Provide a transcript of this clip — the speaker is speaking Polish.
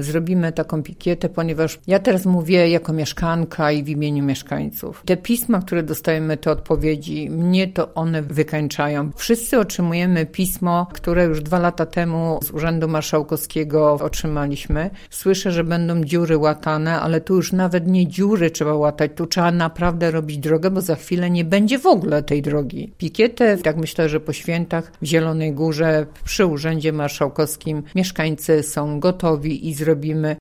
zrobimy taką pikietę, ponieważ ja teraz mówię jako mieszkanka i w imieniu mieszkańców. Te pisma, które dostajemy, te odpowiedzi, mnie to one wykańczają. Wszyscy otrzymujemy pismo, które już 2 lata temu z Urzędu Marszałkowskiego otrzymaliśmy. Słyszę, że będą dziury łatane, ale tu już nawet nie dziury trzeba łatać, tu trzeba naprawdę robić drogę, bo za chwilę nie będzie w ogóle tej drogi. Pikietę, tak myślę, że po świętach w Zielonej Górze przy Urzędzie Marszałkowskim mieszkańcy są gotowi i zrobimy.